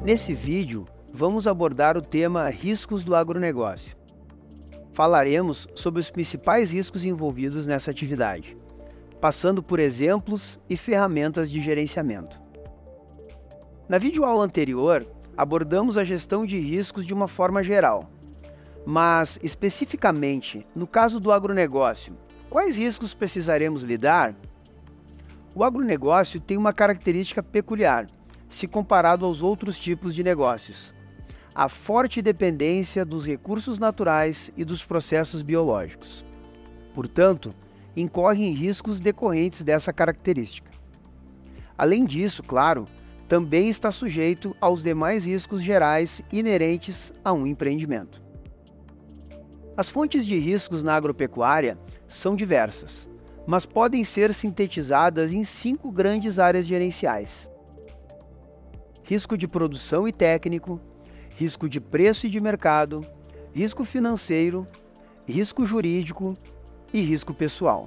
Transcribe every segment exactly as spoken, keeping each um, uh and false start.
Nesse vídeo, vamos abordar o tema riscos do agronegócio. Falaremos sobre os principais riscos envolvidos nessa atividade, passando por exemplos e ferramentas de gerenciamento. Na videoaula anterior, abordamos a gestão de riscos de uma forma geral, mas, especificamente, no caso do agronegócio, quais riscos precisaremos lidar? O agronegócio tem uma característica peculiar, se comparado aos outros tipos de negócios: a forte dependência dos recursos naturais e dos processos biológicos. Portanto, incorre em riscos decorrentes dessa característica. Além disso, claro, também está sujeito aos demais riscos gerais inerentes a um empreendimento. As fontes de riscos na agropecuária são diversas, mas podem ser sintetizadas em cinco grandes áreas gerenciais: risco de produção e técnico, risco de preço e de mercado, risco financeiro, risco jurídico e risco pessoal.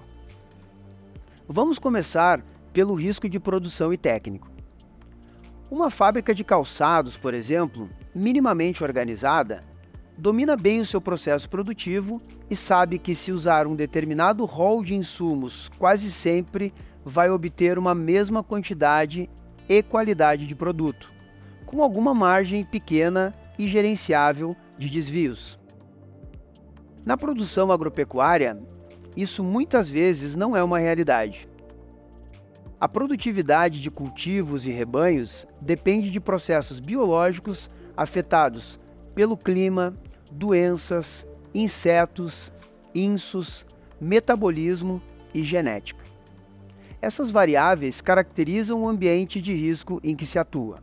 Vamos começar pelo risco de produção e técnico. Uma fábrica de calçados, por exemplo, minimamente organizada, domina bem o seu processo produtivo e sabe que, se usar um determinado rol de insumos, quase sempre vai obter uma mesma quantidade e qualidade de produto, com alguma margem pequena e gerenciável de desvios. Na produção agropecuária, isso muitas vezes não é uma realidade. A produtividade de cultivos e rebanhos depende de processos biológicos afetados pelo clima, doenças, insetos, insos, metabolismo e genética. Essas variáveis caracterizam o ambiente de risco em que se atua.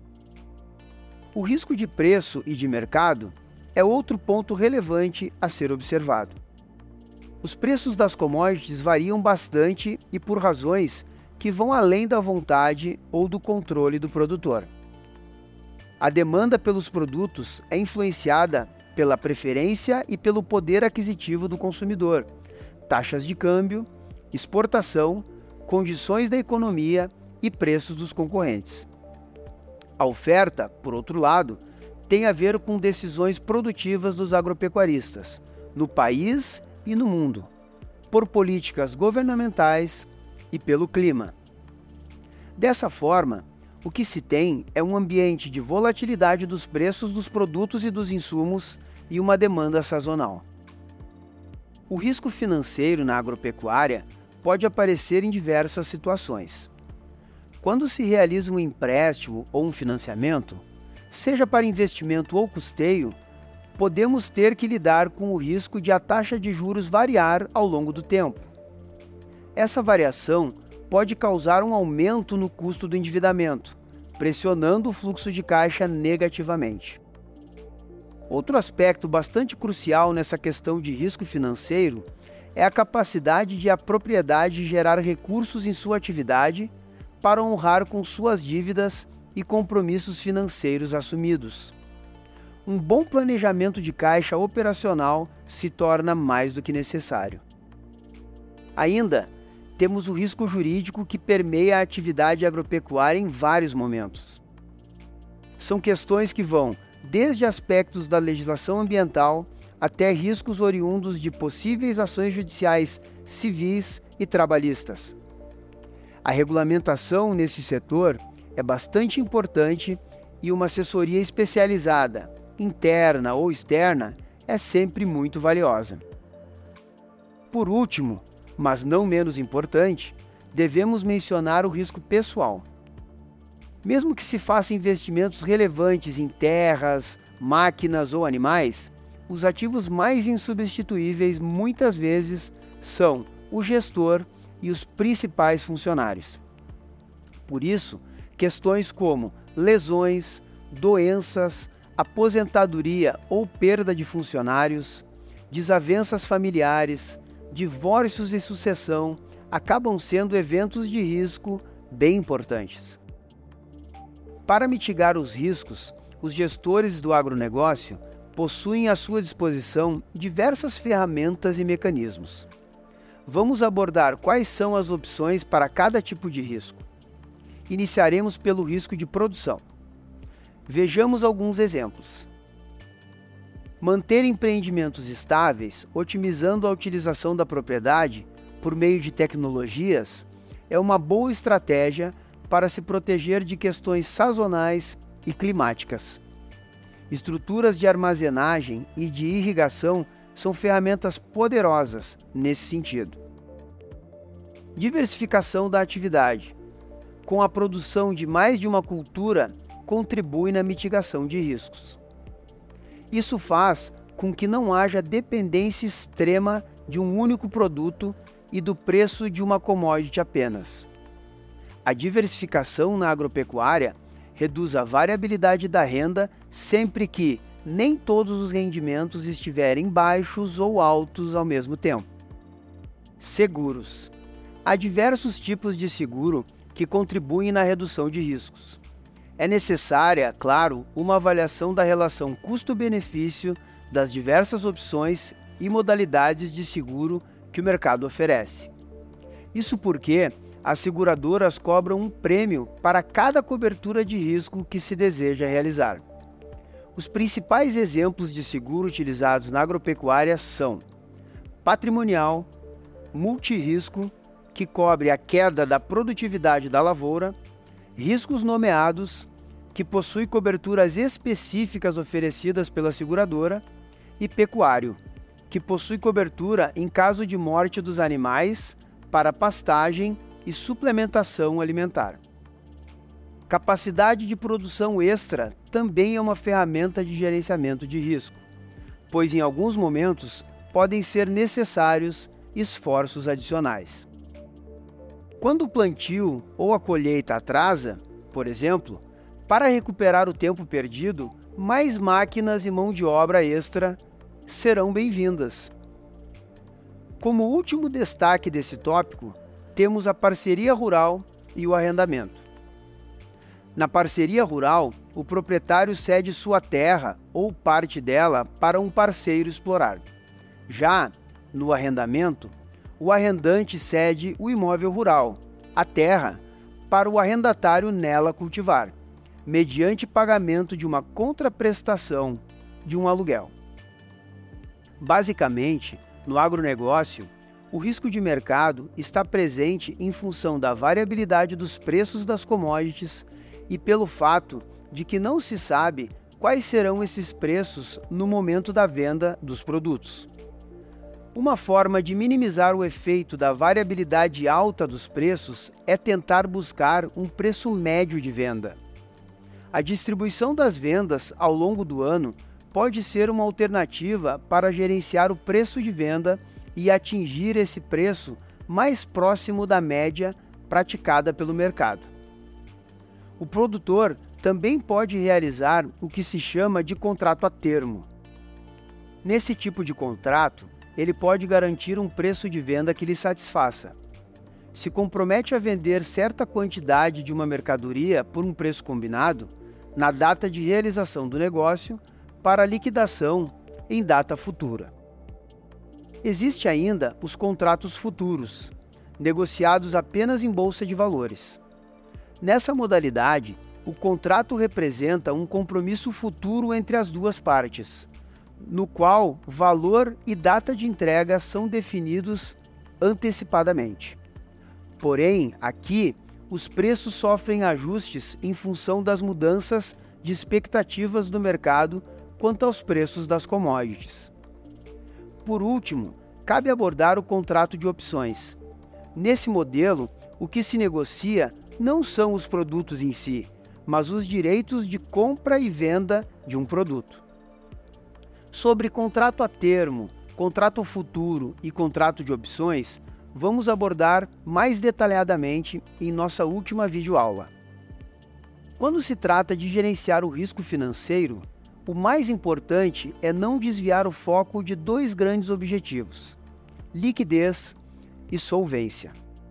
O risco de preço e de mercado é outro ponto relevante a ser observado. Os preços das commodities variam bastante e por razões que vão além da vontade ou do controle do produtor. A demanda pelos produtos é influenciada pela preferência e pelo poder aquisitivo do consumidor, taxas de câmbio, exportação, condições da economia e preços dos concorrentes. A oferta, por outro lado, tem a ver com decisões produtivas dos agropecuaristas, no país e no mundo, por políticas governamentais e pelo clima. Dessa forma, o que se tem é um ambiente de volatilidade dos preços dos produtos e dos insumos e uma demanda sazonal. O risco financeiro na agropecuária pode aparecer em diversas situações. Quando se realiza um empréstimo ou um financiamento, seja para investimento ou custeio, podemos ter que lidar com o risco de a taxa de juros variar ao longo do tempo. Essa variação pode causar um aumento no custo do endividamento, pressionando o fluxo de caixa negativamente. Outro aspecto bastante crucial nessa questão de risco financeiro é a capacidade de a propriedade gerar recursos em sua atividade para honrar com suas dívidas e compromissos financeiros assumidos. Um bom planejamento de caixa operacional se torna mais do que necessário. Ainda, temos o risco jurídico que permeia a atividade agropecuária em vários momentos. São questões que vão desde aspectos da legislação ambiental até riscos oriundos de possíveis ações judiciais civis e trabalhistas. A regulamentação nesse setor é bastante importante e uma assessoria especializada, interna ou externa, é sempre muito valiosa. Por último, mas não menos importante, devemos mencionar o risco pessoal. Mesmo que se faça investimentos relevantes em terras, máquinas ou animais, os ativos mais insubstituíveis muitas vezes são o gestor e os principais funcionários. Por isso, questões como lesões, doenças, aposentadoria ou perda de funcionários, desavenças familiares, divórcios e sucessão acabam sendo eventos de risco bem importantes. Para mitigar os riscos, os gestores do agronegócio possuem à sua disposição diversas ferramentas e mecanismos. Vamos abordar quais são as opções para cada tipo de risco. Iniciaremos pelo risco de produção. Vejamos alguns exemplos. Manter empreendimentos estáveis, otimizando a utilização da propriedade por meio de tecnologias, é uma boa estratégia para se proteger de questões sazonais e climáticas. Estruturas de armazenagem e de irrigação são ferramentas poderosas nesse sentido. Diversificação da atividade. Com a produção de mais de uma cultura, contribui na mitigação de riscos. Isso faz com que não haja dependência extrema de um único produto e do preço de uma commodity apenas. A diversificação na agropecuária reduz a variabilidade da renda sempre que nem todos os rendimentos estiverem baixos ou altos ao mesmo tempo. Seguros. Há diversos tipos de seguro que contribuem na redução de riscos. É necessária, claro, uma avaliação da relação custo-benefício das diversas opções e modalidades de seguro que o mercado oferece. Isso porque as seguradoras cobram um prêmio para cada cobertura de risco que se deseja realizar. Os principais exemplos de seguro utilizados na agropecuária são patrimonial, multirrisco, que cobre a queda da produtividade da lavoura, riscos nomeados, que possui coberturas específicas oferecidas pela seguradora, e pecuário, que possui cobertura em caso de morte dos animais para pastagem e suplementação alimentar. Capacidade de produção extra também é uma ferramenta de gerenciamento de risco, pois em alguns momentos podem ser necessários esforços adicionais. Quando o plantio ou a colheita atrasa, por exemplo, para recuperar o tempo perdido, mais máquinas e mão de obra extra serão bem-vindas. Como último destaque desse tópico, temos a parceria rural e o arrendamento. Na parceria rural, o proprietário cede sua terra ou parte dela para um parceiro explorar. Já no arrendamento, o arrendante cede o imóvel rural, a terra, para o arrendatário nela cultivar, mediante pagamento de uma contraprestação de um aluguel. Basicamente, no agronegócio, o risco de mercado está presente em função da variabilidade dos preços das commodities e pelo fato de que não se sabe quais serão esses preços no momento da venda dos produtos. Uma forma de minimizar o efeito da variabilidade alta dos preços é tentar buscar um preço médio de venda. A distribuição das vendas ao longo do ano pode ser uma alternativa para gerenciar o preço de venda e atingir esse preço mais próximo da média praticada pelo mercado. O produtor também pode realizar o que se chama de contrato a termo. Nesse tipo de contrato, ele pode garantir um preço de venda que lhe satisfaça. Se compromete a vender certa quantidade de uma mercadoria por um preço combinado, na data de realização do negócio, para liquidação em data futura. Existe ainda os contratos futuros, negociados apenas em bolsa de valores. Nessa modalidade, o contrato representa um compromisso futuro entre as duas partes, no qual valor e data de entrega são definidos antecipadamente. Porém, aqui, os preços sofrem ajustes em função das mudanças de expectativas do mercado quanto aos preços das commodities. Por último, cabe abordar o contrato de opções. Nesse modelo, o que se negocia não são os produtos em si, mas os direitos de compra e venda de um produto. Sobre contrato a termo, contrato futuro e contrato de opções, vamos abordar mais detalhadamente em nossa última videoaula. Quando se trata de gerenciar o risco financeiro, o mais importante é não desviar o foco de dois grandes objetivos: liquidez e solvência.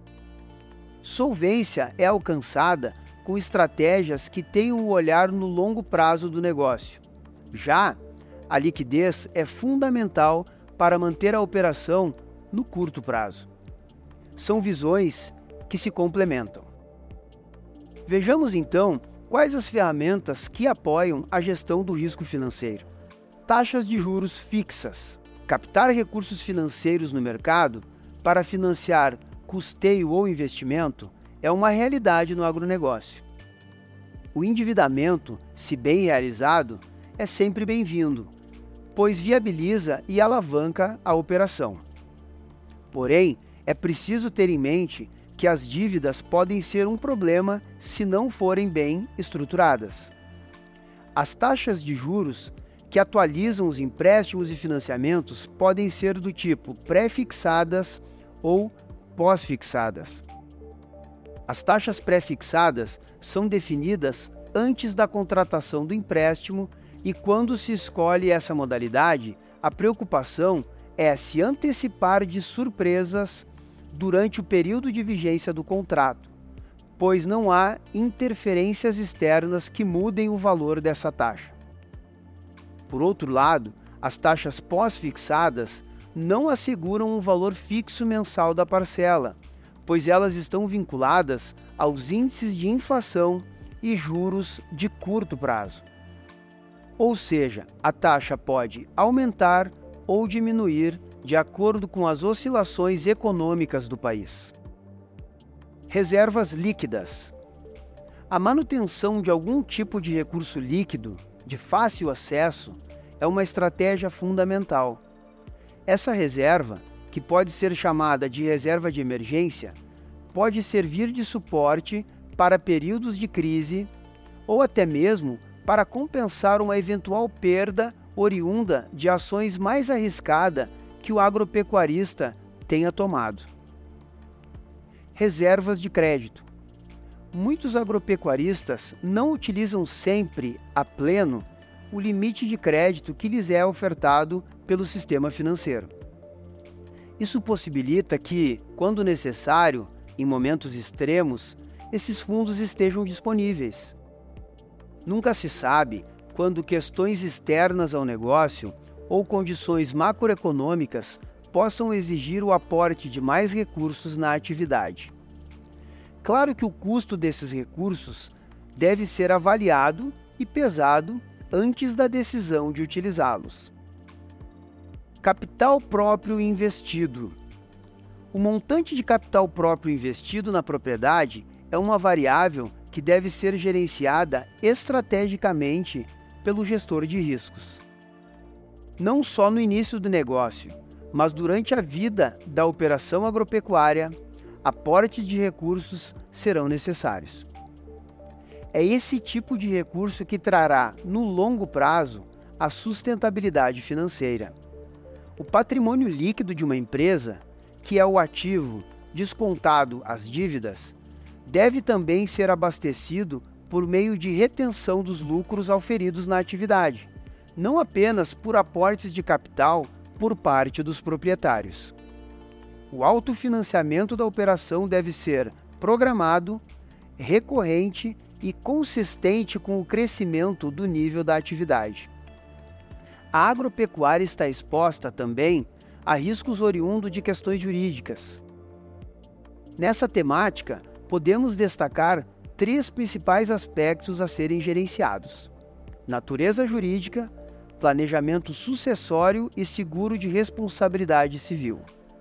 Solvência é alcançada com estratégias que tenham o olhar no longo prazo do negócio. Já a liquidez é fundamental para manter a operação no curto prazo. São visões que se complementam. Vejamos então Quais as ferramentas que apoiam a gestão do risco financeiro? Taxas de juros fixas. Captar recursos financeiros no mercado para financiar custeio ou investimento é uma realidade no agronegócio. O endividamento, se bem realizado, é sempre bem-vindo, pois viabiliza e alavanca a operação. Porém, é preciso ter em mente que as dívidas podem ser um problema se não forem bem estruturadas. As taxas de juros que atualizam os empréstimos e financiamentos podem ser do tipo pré-fixadas ou pós-fixadas. As taxas pré-fixadas são definidas antes da contratação do empréstimo e quando se escolhe essa modalidade, a preocupação é se antecipar de surpresas durante o período de vigência do contrato, pois não há interferências externas que mudem o valor dessa taxa. Por outro lado, as taxas pós-fixadas não asseguram um valor fixo mensal da parcela, pois elas estão vinculadas aos índices de inflação e juros de curto prazo. Ou seja, a taxa pode aumentar ou diminuir de acordo com as oscilações econômicas do país. Reservas líquidas. A manutenção de algum tipo de recurso líquido, de fácil acesso, é uma estratégia fundamental. Essa reserva, que pode ser chamada de reserva de emergência, pode servir de suporte para períodos de crise ou até mesmo para compensar uma eventual perda oriunda de ações mais arriscadas que o agropecuarista tenha tomado. Reservas de crédito. Muitos agropecuaristas não utilizam sempre a pleno o limite de crédito que lhes é ofertado pelo sistema financeiro. Isso possibilita que, quando necessário, em momentos extremos, esses fundos estejam disponíveis. Nunca se sabe quando questões externas ao negócio ou condições macroeconômicas possam exigir o aporte de mais recursos na atividade. Claro que o custo desses recursos deve ser avaliado e pesado antes da decisão de utilizá-los. Capital próprio investido. O montante de capital próprio investido na propriedade é uma variável que deve ser gerenciada estrategicamente pelo gestor de riscos. Não só no início do negócio, mas durante a vida da operação agropecuária, aporte de recursos serão necessários. É esse tipo de recurso que trará, no longo prazo, a sustentabilidade financeira. O patrimônio líquido de uma empresa, que é o ativo descontado as dívidas, deve também ser abastecido por meio de retenção dos lucros auferidos na atividade, não apenas por aportes de capital por parte dos proprietários. O autofinanciamento da operação deve ser programado, recorrente e consistente com o crescimento do nível da atividade. A agropecuária está exposta também a riscos oriundos de questões jurídicas. Nessa temática, podemos destacar três principais aspectos a serem gerenciados: natureza jurídica, planejamento sucessório e seguro de responsabilidade civil.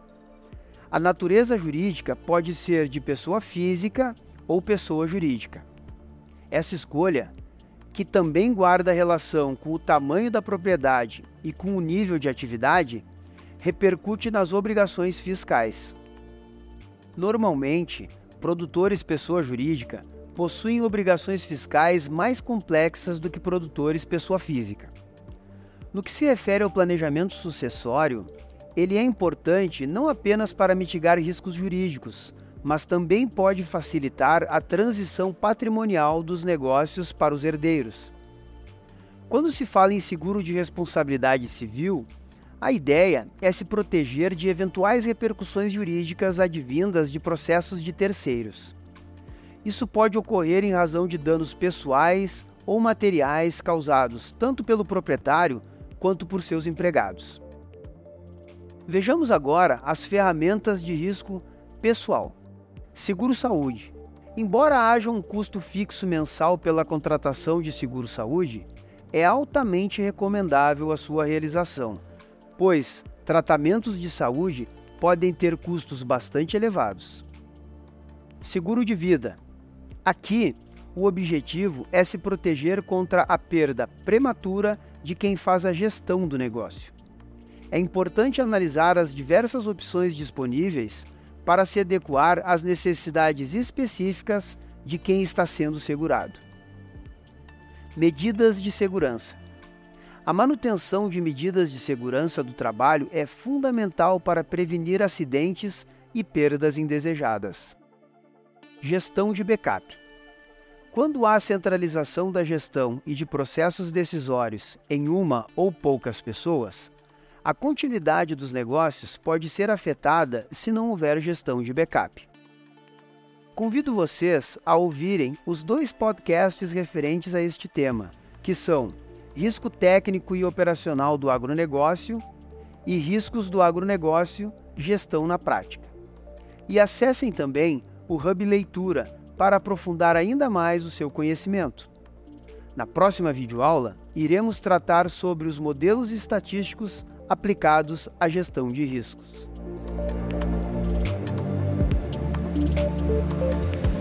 A natureza jurídica pode ser de pessoa física ou pessoa jurídica. Essa escolha, que também guarda relação com o tamanho da propriedade e com o nível de atividade, repercute nas obrigações fiscais. Normalmente, produtores pessoa jurídica possuem obrigações fiscais mais complexas do que produtores pessoa física. No que se refere ao planejamento sucessório, ele é importante não apenas para mitigar riscos jurídicos, mas também pode facilitar a transição patrimonial dos negócios para os herdeiros. Quando se fala em seguro de responsabilidade civil, a ideia é se proteger de eventuais repercussões jurídicas advindas de processos de terceiros. Isso pode ocorrer em razão de danos pessoais ou materiais causados tanto pelo proprietário quanto por seus empregados. Vejamos agora as ferramentas de risco pessoal. Seguro-saúde. Embora haja um custo fixo mensal pela contratação de seguro-saúde, é altamente recomendável a sua realização, pois tratamentos de saúde podem ter custos bastante elevados. Seguro de vida. Aqui, o objetivo é se proteger contra a perda prematura de quem faz a gestão do negócio. É importante analisar as diversas opções disponíveis para se adequar às necessidades específicas de quem está sendo segurado. Medidas de segurança. A manutenção de medidas de segurança do trabalho é fundamental para prevenir acidentes e perdas indesejadas. Gestão de backup. Quando há centralização da gestão e de processos decisórios em uma ou poucas pessoas, a continuidade dos negócios pode ser afetada se não houver gestão de backup. Convido vocês a ouvirem os dois podcasts referentes a este tema, que são Risco Técnico e Operacional do Agronegócio e Riscos do Agronegócio, Gestão na Prática. E acessem também o Hub Leitura para aprofundar ainda mais o seu conhecimento. Na próxima videoaula, iremos tratar sobre os modelos estatísticos aplicados à gestão de riscos.